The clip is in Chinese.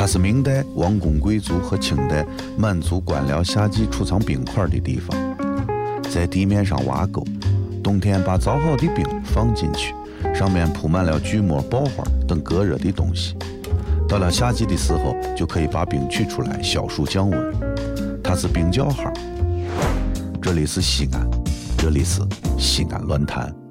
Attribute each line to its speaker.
Speaker 1: 它是明代王公贵族和清代满族官僚下级储藏冰块的地方。在地面上挖沟，冬天把凿好的冰放进去，上面铺满了锯末、爆花等隔热的东西。到了夏季的时候，就可以把冰取出来消暑降温。它是冰窖号。这里是西安，这里是西安论坛。